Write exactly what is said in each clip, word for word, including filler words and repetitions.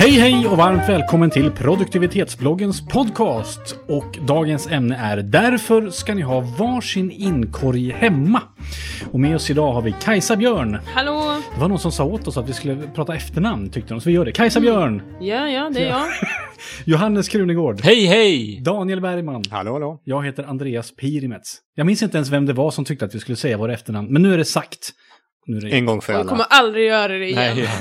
Hej hej och varmt välkommen till produktivitetsbloggens podcast. Och dagens ämne är därför ska ni ha varsin inkorg hemma. Och med oss idag har vi Kajsa Björn. Hallå! Det var någon som sa åt oss att vi skulle prata efternamn, tyckte de, så vi gör det. Kajsa Björn! Mm. Ja, ja, det är jag. Johannes Krunegård. Hej hej! Daniel Bergman. Hallå, hallå. Jag heter Andreas Pirimets. Jag minns inte ens vem det var som tyckte att vi skulle säga våra efternamn, men nu är det sagt. Nu är det... En gång för alla. Jag kommer aldrig göra det igen. Nej.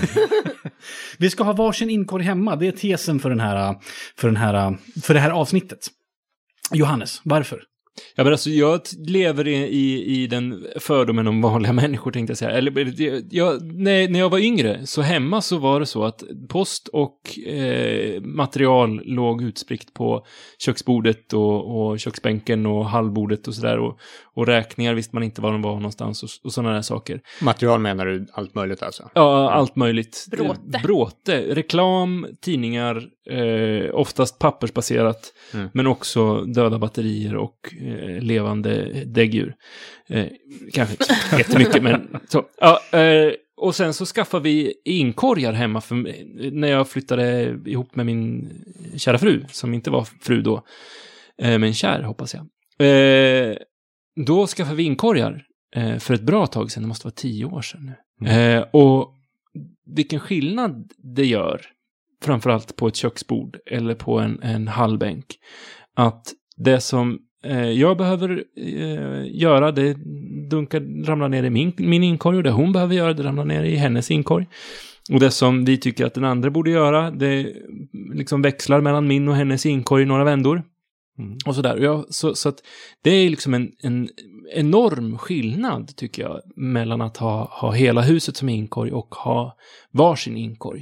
Vi ska ha varsin inkorg hemma. Det är tesen för den här, för den här, för det här avsnittet. Johannes, varför? Ja, men alltså, jag lever i, i, i den fördomen om vanliga människor, tänkte jag säga. Eller, jag, när, när jag var yngre, så hemma så var det så att post och eh, material låg utspritt på köksbordet och, och köksbänken och hallbordet och sådär. Och, och räkningar visste man inte var de var någonstans och, och sådana där saker. Material menar du allt möjligt alltså? Ja, allt möjligt. Bråte. Bråte. Reklam, tidningar, eh, oftast pappersbaserat. Mm. Men också döda batterier och eh, levande däggdjur. Eh, kanske inte jättemycket, men så. Ja, eh, och sen så skaffade vi inkorgar hemma för, när jag flyttade ihop med min kära fru, som inte var fru då, eh, men kär hoppas jag. Eh, då skaffade vi inkorgar eh, för ett bra tag sedan, det måste vara tio år sedan nu. Mm. Eh, och vilken skillnad det gör, framförallt på ett köksbord eller på en, en hallbänk, att det som eh, jag behöver eh, göra, det dunkar, ramlar ner i min, min inkorg, och det hon behöver göra, det ramlar ner i hennes inkorg. Och det som vi tycker att den andra borde göra, det liksom växlar mellan min och hennes inkorg i några vändor. Mm. Och sådär. Ja, så, så att det är liksom en, en enorm skillnad, tycker jag, mellan att ha, ha hela huset som inkorg och ha varsin inkorg.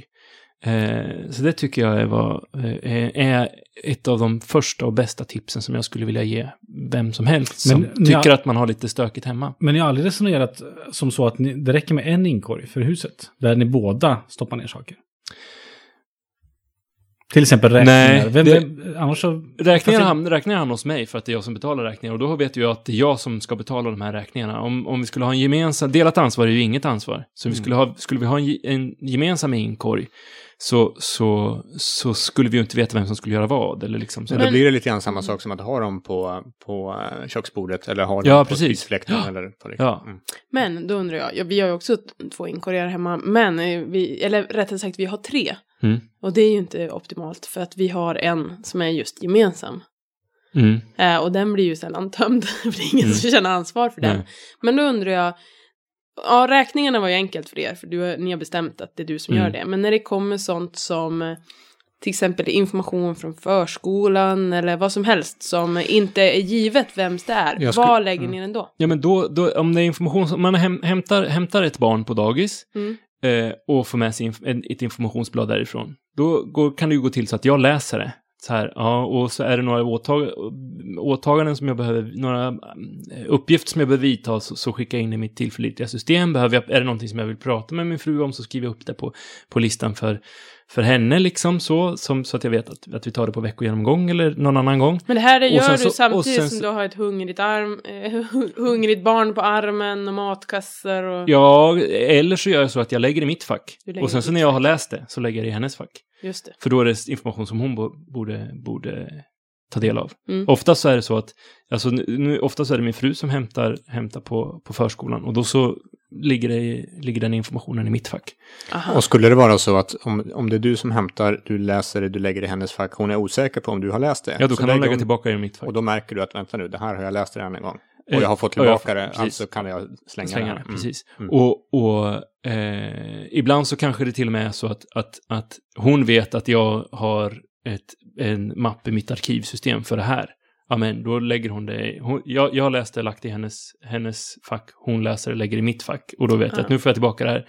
Eh, så det tycker jag är, var, eh, är ett av de första och bästa tipsen som jag skulle vilja ge vem som helst som men, tycker ja, att man har lite stökigt hemma. Men ni har aldrig resonerat som så att ni, det räcker med en inkorg för huset, där ni båda stoppar ner saker? Till exempel räkningar. Nej, vem, det, vem, annars så, räkningar, han, räkningar han hos mig för att det är jag som betalar räkningar. Och då vet jag att det är jag som ska betala de här räkningarna. Om, om vi skulle ha en gemensam... Delat ansvar är ju inget ansvar. Så mm. vi skulle, ha, skulle vi ha en, en gemensam inkorg, så, så, så skulle vi ju inte veta vem som skulle göra vad. Eller liksom så. Men då blir det lite grann samma sak som att ha dem på, på köksbordet. Eller ha dem ja, på spritfläkten. Ja. Eller på det. Ja. Mm. Men då undrar jag, ja, vi har ju också två inkorgar hemma. Men vi, eller rättare sagt, vi har tre. Mm. Och det är ju inte optimalt, för att vi har en som är just gemensam. Mm. Eh, och den blir ju sällan tömd. För det är ingen mm. som känner ansvar för den. Nej. Men då undrar jag, ja, räkningarna var ju enkelt för er, för du, ni har bestämt att det är du som mm. gör det. Men när det kommer sånt som till exempel information från förskolan eller vad som helst som inte är givet vems det är, skulle, vad lägger mm. ni den då? Ja, men då, då om det är information som man häm, hämtar, hämtar ett barn på dagis mm. eh, och får med sig inf- ett informationsblad därifrån, då går, kan det ju gå till så att jag läser det. Så här, ja, och så är det några åtag- åtaganden som jag behöver, några uppgifter som jag behöver vidta, så, så skickar jag in i mitt tillförlitliga system. Behöver jag, är det någonting som jag vill prata med min fru om, så skriver jag upp det på, på listan för, för henne liksom, så, som, så att jag vet att, att vi tar det på veckogenomgång eller någon annan gång. Men det här det gör du så, samtidigt sen, som du har ett hungrigt, arm, eh, hungrigt barn på armen och matkassar och... Ja, eller så gör jag så att jag lägger i mitt fack. Och sen så när jag fack. har läst det, så lägger jag det i hennes fack. Just det. För då är det information som hon borde, borde ta del av. Mm. Oftast så är det så att, alltså nu, oftast är det min fru som hämtar, hämtar på, på förskolan. Och då så ligger, det, ligger den informationen i mitt fack. Aha. Och skulle det vara så att om, om det är du som hämtar, du läser det, du lägger det i hennes fack, hon är osäker på om du har läst det. Ja, då så kan hon lägga hon, tillbaka i mitt fack. Och då märker du att, vänta nu, det här har jag läst redan en gång. Och jag har fått tillbaka det, precis. Alltså kan jag slänga, slänga det. Mm. Precis. Mm. Och, och eh, ibland så kanske det till och med är så att, att, att hon vet att jag har ett, en mapp i mitt arkivsystem för det här. Ja, men då lägger hon det... Hon, jag, jag läste lagt i hennes, hennes fack. Hon läser och lägger i mitt fack. Och då vet jag att nu får jag tillbaka det här.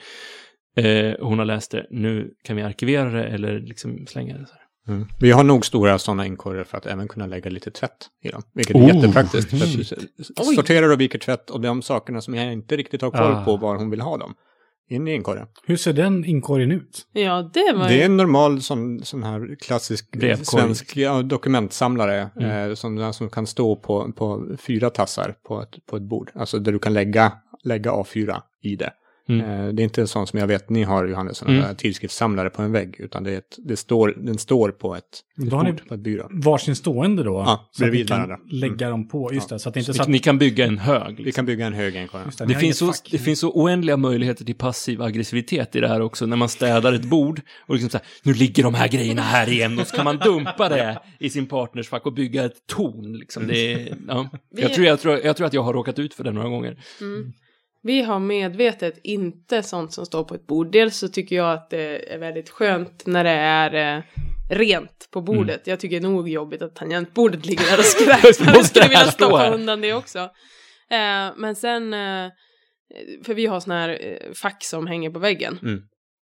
Eh, hon har läst det. Nu kan vi arkivera det eller liksom slänga det så här. Mm. Vi har nog stora sådana inkorgar för att även kunna lägga lite tvätt i dem. Vilket är oh. jättepraktiskt. Mm. Sorterar och viker tvätt och de sakerna som jag inte riktigt har koll ah. på var hon vill ha dem. In i inkorgen. Hur ser den inkorgen ut? Ja, det var ju... Det är en normal sån, sån här klassisk Brevkorg. svensk ja, dokumentsamlare. Mm. Eh, som, som kan stå på, på fyra tassar på ett, på ett bord. Alltså där du kan lägga, lägga A fyra i det. Mm. Eh, det är inte sånt som jag vet ni har, Johannes, en mm. tidskriftssamlare på en vägg, utan det är ett, det står, den står på ett, då har ni på ett byrå. Varsin stående då? Ja, så att ni kan varandra. lägga mm. dem på, just det. Så att det inte så så att... Ni kan bygga en hög. Liksom. Vi kan bygga en hög enkorg. Det, det, finns så, det finns så oändliga möjligheter till passiv aggressivitet i det här också, när man städar ett bord och liksom så här, nu ligger de här grejerna här igen, och så kan man dumpa det i sin partners fack och bygga ett torn. Liksom. Det är, ja. jag, tror, jag, tror, jag tror att jag har råkat ut för det några gånger. Mm. Vi har medvetet inte sånt som står på ett bord. Dels så tycker jag att det är väldigt skönt när det är eh, rent på bordet. Mm. Jag tycker det är nog jobbigt att tangentbordet ligger där och skräpar. Jag skulle vilja stoppa undan det också. Eh, men sen, eh, för vi har såna här eh, fack som hänger på väggen. Mm.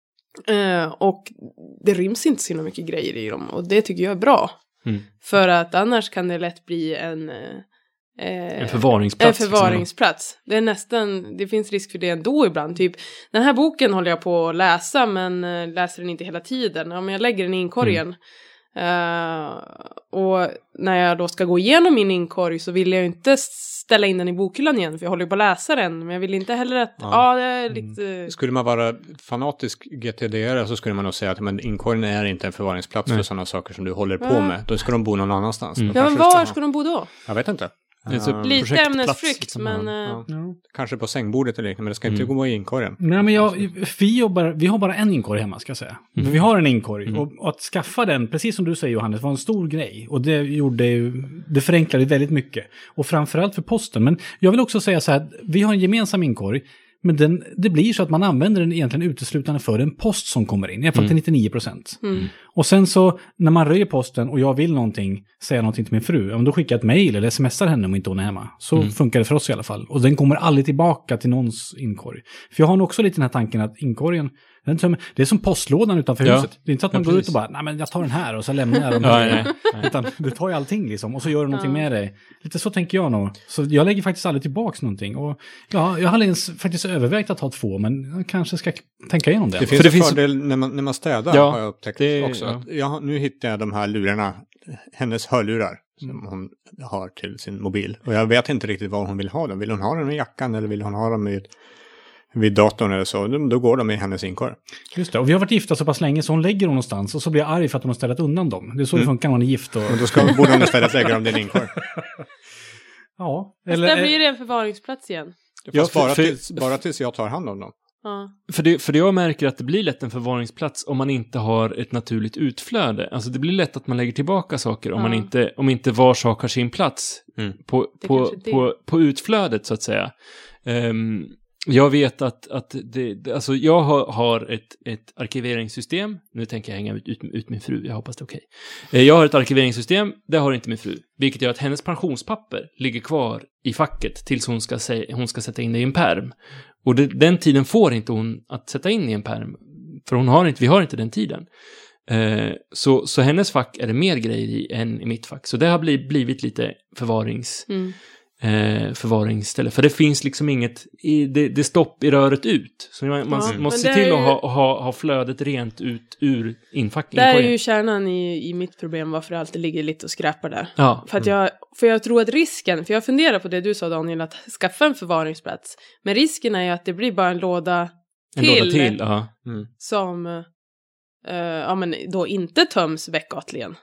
Eh, och det ryms inte så mycket grejer i dem. Och det tycker jag är bra. Mm. För att annars kan det lätt bli en... Eh, En förvaringsplats. En förvaringsplats. Det är nästan, det finns risk för det ändå ibland. Typ, den här boken håller jag på att läsa, men läser den inte hela tiden. Ja, men jag lägger den i inkorgen. Mm. Uh, och när jag då ska gå igenom min inkorg så vill jag inte ställa in den i bokhyllan igen, för jag håller på att läsa den. Men jag vill inte heller att, ja, ah, det är lite... Mm. Skulle man vara fanatisk G T D-are så skulle man nog säga att men inkorgen är inte en förvaringsplats Nej. för sådana saker som du håller på ja. med. Då ska de bo någon annanstans. Mm. Ja, men var ska de bo då? Jag vet inte. Ja. Lite ämnesfrykt, men... Ja. Ja. Kanske på sänggbordet eller liknande, men det ska inte mm. gå i inkorgen. Nej, men jag, vi, jobbar, vi har bara en inkorg hemma, ska jag säga. Mm. Men vi har en inkorg. Mm. Och, och att skaffa den, precis som du säger, Johannes, var en stor grej. Och det gjorde ju, det förenklade väldigt mycket. Och framförallt för posten. Men jag vill också säga så här, vi har en gemensam inkorg. Men den, det blir så att man använder den egentligen uteslutande för en post som kommer in. I alla fall till nittionio procent. Mm. Och sen så, när man röjer posten och jag vill någonting, säga någonting till min fru. Om då skickar jag ett mejl eller smsar henne om inte hon är hemma. Så mm. funkar det för oss i alla fall. Och den kommer aldrig tillbaka till någons inkorg. För jag har nog också lite den här tanken att inkorgen, den, det är som postlådan utanför ja. huset. Det är inte så att man ja, går ut och bara, nej men jag tar den här och så lämnar jag den. ja, ja, ja. Utan du tar ju allting liksom och så gör du någonting ja. med dig. Lite så tänker jag nog. Så jag lägger faktiskt aldrig tillbaka någonting. Och ja, jag har ens faktiskt övervägt att ha två, men jag kanske ska tänka igenom det. Det finns för det en finns fördel när man, när man städar ja, har jag upptäckt det, också. Ja. Att jag, nu hittar jag de här lurarna, hennes hörlurar som hon har till sin mobil. Och jag vet inte riktigt vad hon vill ha dem. Vill hon ha dem i jackan eller vill hon ha dem i vid datorn eller så, då går de i hennes inkorg. Just det, och vi har varit gifta så pass länge så hon lägger dem någonstans och så blir jag arg för att hon har ställt undan dem. Det är så mm. det funkar när man är gift. Och, och då ska, borde hon istället lägga dem i din inkorg. Ja. Eller, där blir det en förvaringsplats igen. Ja, för, bara, tills, bara tills jag tar hand om dem. Ja. För, det, för det jag märker att det blir lätt en förvaringsplats om man inte har ett naturligt utflöde. Alltså det blir lätt att man lägger tillbaka saker om, ja. man inte, om inte var sak har sin plats mm. på, på, på, på utflödet så att säga. Um, Jag vet att, att det, alltså jag har, har ett, ett arkiveringssystem. Nu tänker jag hänga ut, ut, ut min fru, jag hoppas det är okej. Okay. Jag har ett arkiveringssystem, det har inte min fru. Vilket gör att hennes pensionspapper ligger kvar i facket tills hon ska, se, hon ska sätta in det i en perm. Och det, den tiden får inte hon att sätta in i en perm. För hon har inte, vi har inte den tiden. Eh, så, så hennes fack är det mer grejer i än i mitt fack. Så det har blivit, blivit lite förvarings... Mm. Eh, förvaringsställe. För det finns liksom inget i, det, det är stopp i röret ut. Så man, man ja, måste se till ju... att ha, ha, ha flödet rent ut ur infackningen. Det är ju kärnan i, i mitt problem varför det alltid ligger lite och skräpar där. Ja. För, att jag, för jag tror att risken, för jag funderar på det du sa Daniel, att skaffa en förvaringsplats. Men risken är ju att det blir bara en låda till. En låda till, ja. Mm. Som uh, ja, men då inte töms veckatligen.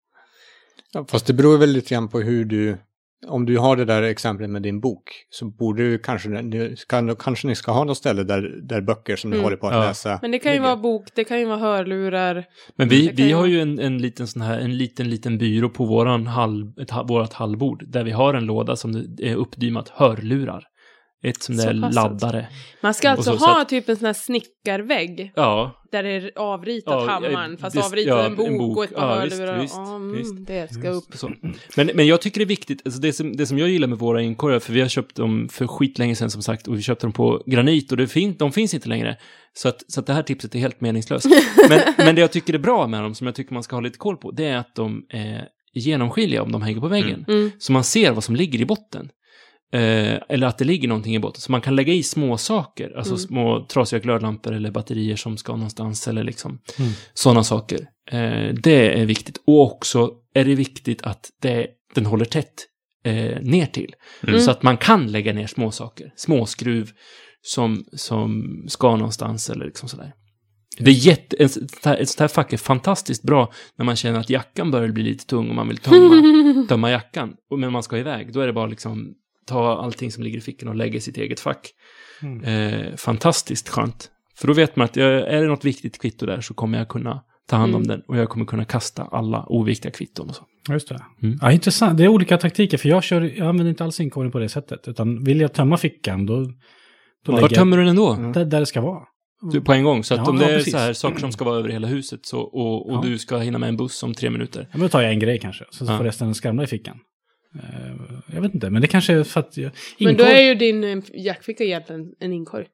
Ja, fast det beror väl lite grann på hur du... Om du har det där exemplet med din bok så borde du kanske, du kan, kanske ni ska ha något ställe där, där böcker som mm. ni håller på att ja. läsa. Men det kan ju ligger. vara bok, det kan ju vara hörlurar. Men vi, vi ju... har ju en, en liten sån här, en liten liten byrå på våran halv, ett, vårat hallbord där vi har en låda som är uppdymat hörlurar. Ett som det är laddare. Man ska alltså ha att... typ en sån här snickarvägg. Ja. Där det är avritat ja, hammaren. Fast det, avritat ja, en, bok en bok och ett par ja, hörlurar. Visst, visst, mm, visst. Det ska upp. Så. Men, men jag tycker det är viktigt. Alltså det, som, det som jag gillar med våra inkorgar. För vi har köpt dem för skitlänge sedan som sagt. Och vi köpte dem på granit. Och det fin, de finns inte längre. Så att, så att det här tipset är helt meningslöst. men, men det jag tycker är bra med dem. Som jag tycker man ska ha lite koll på. Det är att de är genomskinliga om de hänger på väggen. Mm. Så man ser vad som ligger i botten. Eh, eller att det ligger någonting i botten. Så man kan lägga i små saker. Alltså mm. små trasiga glödlampor eller batterier som ska någonstans. Eller liksom mm. sådana saker. Eh, det är viktigt. Och också är det viktigt att det, den håller tätt eh, ner till. Mm. Så att man kan lägga ner små saker. Småskruv, som, som ska någonstans eller liksom sådär. Det är jätte, ett, ett sånt här fack är fantastiskt bra när man känner att jackan börjar bli lite tung och man vill tömma, tömma jackan. Och, men man ska iväg. Då är det bara liksom ta allting som ligger i fickan och lägga i sitt eget fack. Mm. Eh, fantastiskt skönt. För då vet man att jag, är det något viktigt kvitto där så kommer jag kunna ta hand om mm. den och jag kommer kunna kasta alla oviktiga kvitton och så. Just det. Mm. Ja, intressant. Det är olika taktiker för jag, kör, jag använder inte alls inkorgen på det sättet. Utan vill jag tömma fickan då... då Var tömmer du den då? Mm. Där, där det ska vara. Du, på en gång. Så att ja, om det ja, är precis. så här saker som ska vara över hela huset så, och, och ja. du ska hinna med en buss om tre minuter. Ja, men då tar jag en grej kanske. Så ja. får resten skramla i fickan. Uh, jag vet inte, men det kanske är för att... Jag, inkorg... Men då är ju din jackficka egentligen en inkorg.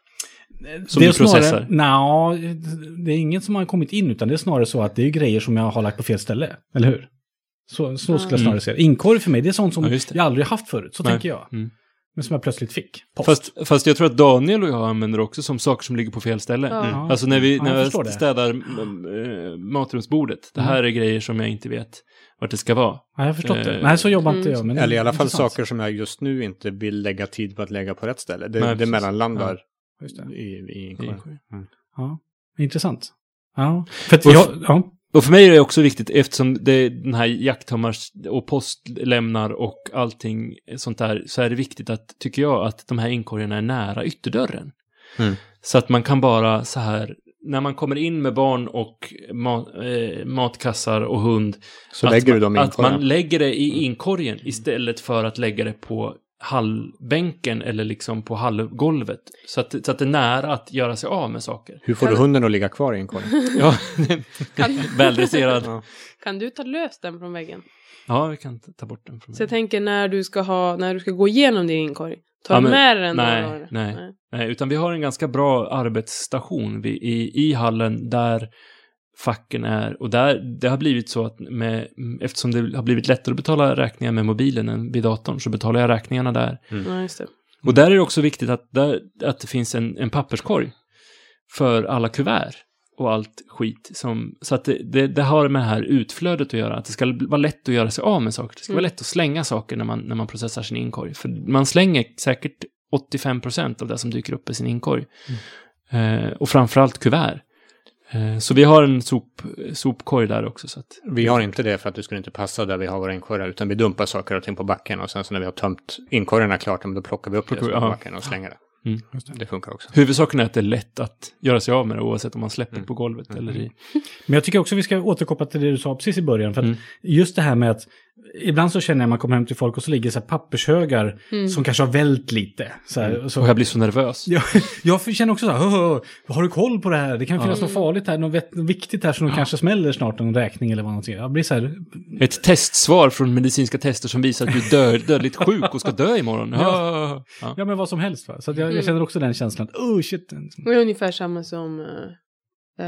Som det du processar? Nej, det är inget som har kommit in utan det är snarare så att det är grejer som jag har lagt på fel ställe. Eller hur? Så, så skulle jag snarare säga. Inkorg för mig, det är sånt som ja, jag aldrig haft förut. Så Nej. tänker jag. Mm. Men som jag plötsligt fick. Fast, fast jag tror att Daniel och jag använder också som saker som ligger på fel ställe. Mm. Alltså när vi, ja, när vi städar äh, matrumsbordet. Det här mm. är grejer som jag inte vet vart det ska vara. Ja, jag har förstått det. Nej, så jobbar inte jag. Men Eller i alla fall saker som jag just nu inte vill lägga tid på att lägga på rätt ställe. Det, Nej, det mellanlandar ja. just det. i, i inkorgen. Mm. Ja, intressant. Ja, för att jag... Ja. Och för mig är det också viktigt eftersom det, den här jakttömmars och postlämnar och allting sånt där så är det viktigt att, tycker jag, att de här inkorgarna är nära ytterdörren. Mm. Så att man kan bara så här, när man kommer in med barn och mat, eh, matkassar och hund så att, lägger man, du dem i att man lägger det i inkorgen istället för att lägga det på hallbänken eller liksom på hallgolvet. Så att, så att det är nära att göra sig av med saker. Hur får kan du hunden att ligga kvar i inkorgen? Ja, väldresserad. Ja. Kan du ta lös den från väggen? Ja, vi kan ta bort den från väggen. Så jag tänker när du ska ha, när du ska gå igenom din inkorg, ta ja, men, med den nej, då? Nej, nej, nej. Utan vi har en ganska bra arbetsstation vid, i, i hallen där facken är, och där det har blivit så att med, eftersom det har blivit lättare att betala räkningar med mobilen än vid datorn så betalar jag räkningarna där. Mm. Ja, just det. Och där är det också viktigt att, där, att det finns en, en papperskorg för alla kuvert och allt skit som, så att det, det, det har med det här utflödet att göra, att det ska vara lätt att göra sig av med saker. Det ska mm. vara lätt att slänga saker när man, när man processar sin inkorg. För man slänger säkert åttiofem procent av det som dyker upp i sin inkorg. Mm. Eh, och framförallt kuvert. Så vi har en sop, sopkorg där också. Så att... Vi har inte det för att det skulle inte passa där vi har våra inkorgar. Utan vi dumpar saker och ting på backen. Och sen så när vi har tömt inkorgarna klart, då plockar vi upp det på backen och slänger det. Mm. det. Det funkar också. Huvudsaken är att det är lätt att göra sig av med det oavsett om man släpper mm. på golvet mm. eller i... Men jag tycker också att vi ska återkoppla till det du sa precis i början. För att mm. just det här med att ibland så känner jag att man kommer hem till folk och så ligger så här pappershögar mm. som kanske har vält lite. Så här, mm. så, och jag blir så nervös. Jag, jag känner också så här, har du koll på det här? Det kan finnas mm. något farligt här, något viktigt här som ja. kanske smäller snart, någon räkning eller vad något. Jag blir så här... Ett testsvar från medicinska tester som visar att du är död, dödligt sjuk och ska dö imorgon. Ja, ja. ja men vad som helst. Va? Så att jag, jag känner också den känslan att, oh shit. Det är ungefär samma som äh,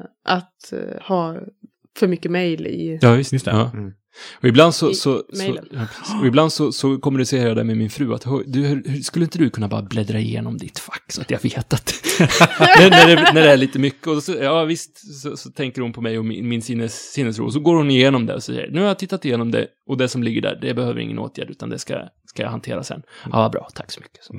att äh, ha för mycket mejl i... Ja, just, just det. Ja. Mm. Och ibland så, så, så, ja, och ibland så, så kommunicerar jag det med min fru att du, hur, skulle inte du kunna bara bläddra igenom ditt fack så att jag vet att när, när, det, när det är lite mycket och så, ja visst så, så tänker hon på mig och min, min sinnes, sinnesro och så går hon igenom det och säger nu har jag tittat igenom det och det som ligger där det behöver ingen åtgärd utan det ska, ska jag hantera sen. Ja bra, tack så mycket. Så.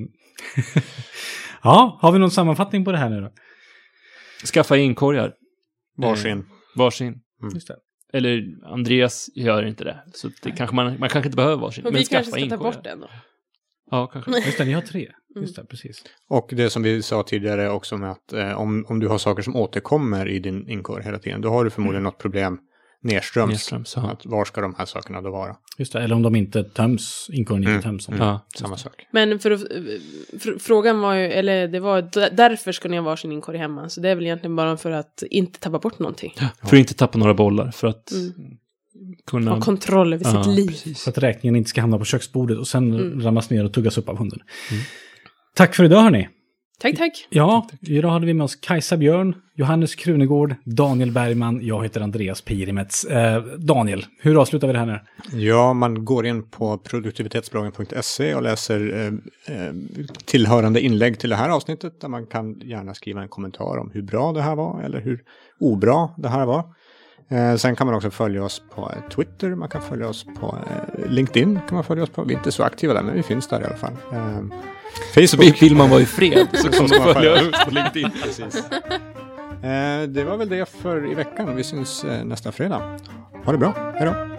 Ja, har vi någon sammanfattning på det här nu då? Skaffa inkorgar. Varsin. Eh, varsin. Mm. Just det. Eller Andreas gör inte det. Så det kanske man, man kanske inte behöver varsin. Men vi kanske ska ta bort den då. Ja, kanske. Just det, ni har tre. Just det, precis. Och det som vi sa tidigare också med att eh, om, om du har saker som återkommer i din inkorg hela tiden, då har du förmodligen mm. något problem nedströms. nedströms att var ska de här sakerna då vara? Just det, eller om de inte töms, inkorgen inte mm. töms. Mm. Ja, samma sak. Men för, för, frågan var ju, eller det var därför ska ni ha varsin inkorg hemma. Så det är väl egentligen bara för att inte tappa bort någonting. Ja, för att inte tappa några bollar. För att mm. kunna... ha kontroll över ja, sitt liv. Precis. För att räkningen inte ska hamna på köksbordet och sen mm. ramlas ner och tuggas upp av hunden. Mm. Tack för idag hörni. Tack, tack. Ja, tack, tack. Idag hade vi med oss Kajsa Björn, Johannes Krunegård, Daniel Bergman, jag heter Andreas Pirimets. Eh, Daniel, hur avslutar vi det här nu? Ja, man går in på produktivitetsbloggen punkt se och läser eh, eh, tillhörande inlägg till det här avsnittet där man kan gärna skriva en kommentar om hur bra det här var eller hur obra det här var. Eh, sen kan man också följa oss på Twitter, man kan följa oss på eh, LinkedIn, kan man följa oss på. Vi är inte så aktiva där, men vi finns där i alla fall. Eh, Facebook. Vill man vara i fred så kan man följa oss på LinkedIn. Precis. Eh, det var väl det för i veckan. Vi syns eh, nästa fredag. Ha det bra. Hej då.